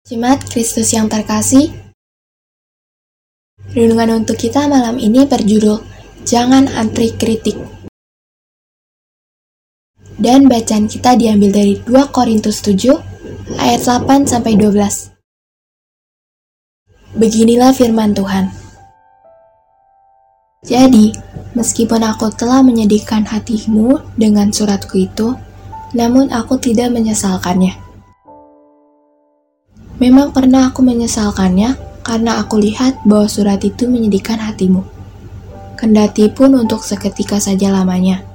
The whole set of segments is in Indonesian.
Jemaat Kristus yang terkasih, renungan untuk kita malam ini berjudul Jangan Antri Kritik. Dan bacaan kita diambil dari 2 Korintus 7 ayat 8-12. Beginilah firman Tuhan. Jadi, meskipun aku telah menyedihkan hatimu dengan suratku itu, namun aku tidak menyesalkannya. Memang pernah aku menyesalkannya karena aku lihat bahwa surat itu menyedihkan hatimu, kendati pun untuk seketika saja lamanya.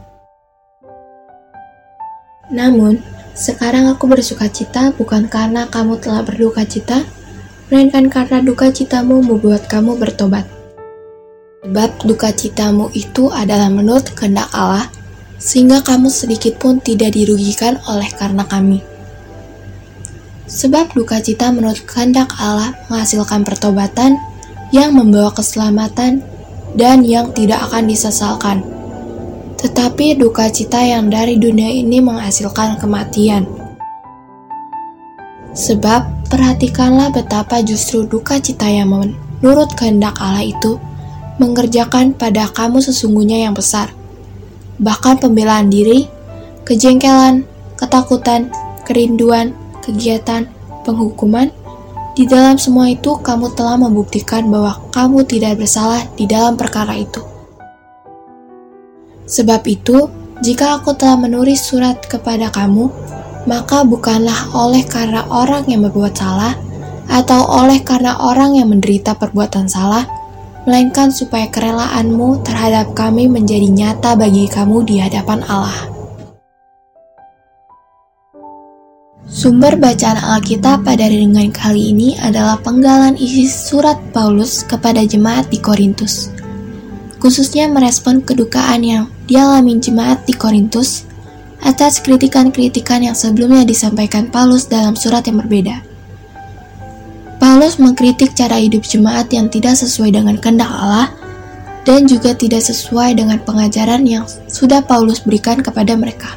Namun, sekarang aku bersukacita bukan karena kamu telah berduka cita, melainkan karena duka citamu membuat kamu bertobat. Sebab duka citamu itu adalah menurut kehendak Allah, sehingga kamu sedikit pun tidak dirugikan oleh karena kami. Sebab duka cita menurut kehendak Allah menghasilkan pertobatan yang membawa keselamatan dan yang tidak akan disesalkan. Tetapi duka cita yang dari dunia ini menghasilkan kematian. Sebab perhatikanlah betapa justru duka cita yang menurut kehendak Allah itu mengerjakan pada kamu sesungguhnya yang besar. Bahkan pembelaan diri, kejengkelan, ketakutan, kerinduan, kegiatan, penghukuman, di dalam semua itu kamu telah membuktikan bahwa kamu tidak bersalah di dalam perkara itu. Sebab itu, jika aku telah menulis surat kepada kamu, maka bukanlah oleh karena orang yang berbuat salah, atau oleh karena orang yang menderita perbuatan salah, melainkan supaya kerelaanmu terhadap kami menjadi nyata bagi kamu di hadapan Allah. Sumber bacaan Alkitab pada renungan kali ini adalah penggalan isi surat Paulus kepada jemaat di Korintus, khususnya merespon kedukaan yang dialami jemaat di Korintus atas kritikan-kritikan yang sebelumnya disampaikan Paulus dalam surat yang berbeda. Paulus mengkritik cara hidup jemaat yang tidak sesuai dengan kehendak Allah dan juga tidak sesuai dengan pengajaran yang sudah Paulus berikan kepada mereka.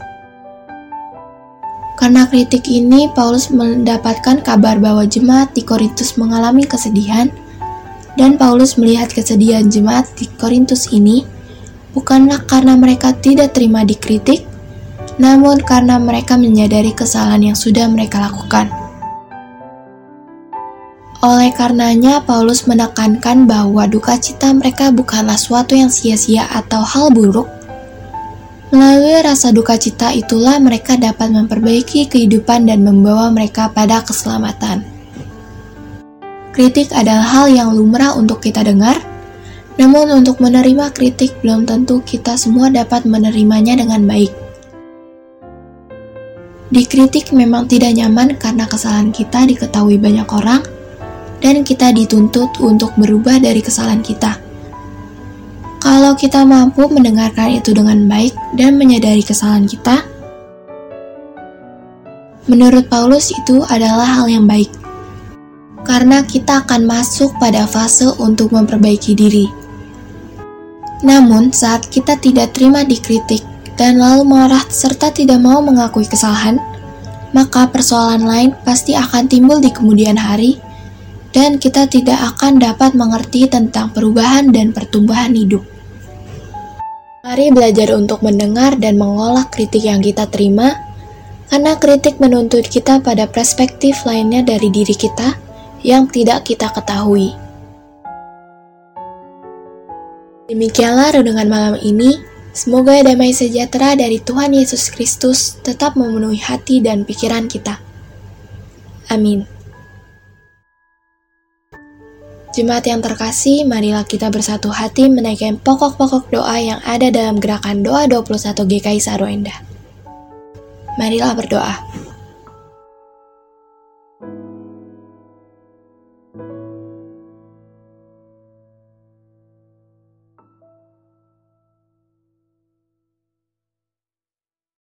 Karena kritik ini, Paulus mendapatkan kabar bahwa jemaat di Korintus mengalami kesedihan, dan Paulus melihat kesedihan jemaat di Korintus ini bukanlah karena mereka tidak terima dikritik, namun karena mereka menyadari kesalahan yang sudah mereka lakukan. Oleh karenanya, Paulus menekankan bahwa duka cita mereka bukanlah suatu yang sia-sia atau hal buruk. Melalui rasa duka cita itulah mereka dapat memperbaiki kehidupan dan membawa mereka pada keselamatan. Kritik adalah hal yang lumrah untuk kita dengar, namun untuk menerima kritik belum tentu kita semua dapat menerimanya dengan baik. Dikritik memang tidak nyaman karena kesalahan kita diketahui banyak orang, dan kita dituntut untuk berubah dari kesalahan kita. Kalau kita mampu mendengarkan itu dengan baik dan menyadari kesalahan kita, menurut Paulus itu adalah hal yang baik, karena kita akan masuk pada fase untuk memperbaiki diri. Namun, saat kita tidak terima dikritik dan lalu marah serta tidak mau mengakui kesalahan, maka persoalan lain pasti akan timbul di kemudian hari, dan kita tidak akan dapat mengerti tentang perubahan dan pertumbuhan hidup. Mari belajar untuk mendengar dan mengolah kritik yang kita terima, karena kritik menuntut kita pada perspektif lainnya dari diri kita yang tidak kita ketahui. Demikianlah renungan malam ini. Semoga damai sejahtera dari Tuhan Yesus Kristus tetap memenuhi hati dan pikiran kita. Amin. Jemaat yang terkasih, marilah kita bersatu hati menaikkan pokok-pokok doa yang ada dalam gerakan doa 21 GKI Saro Endah. Marilah berdoa.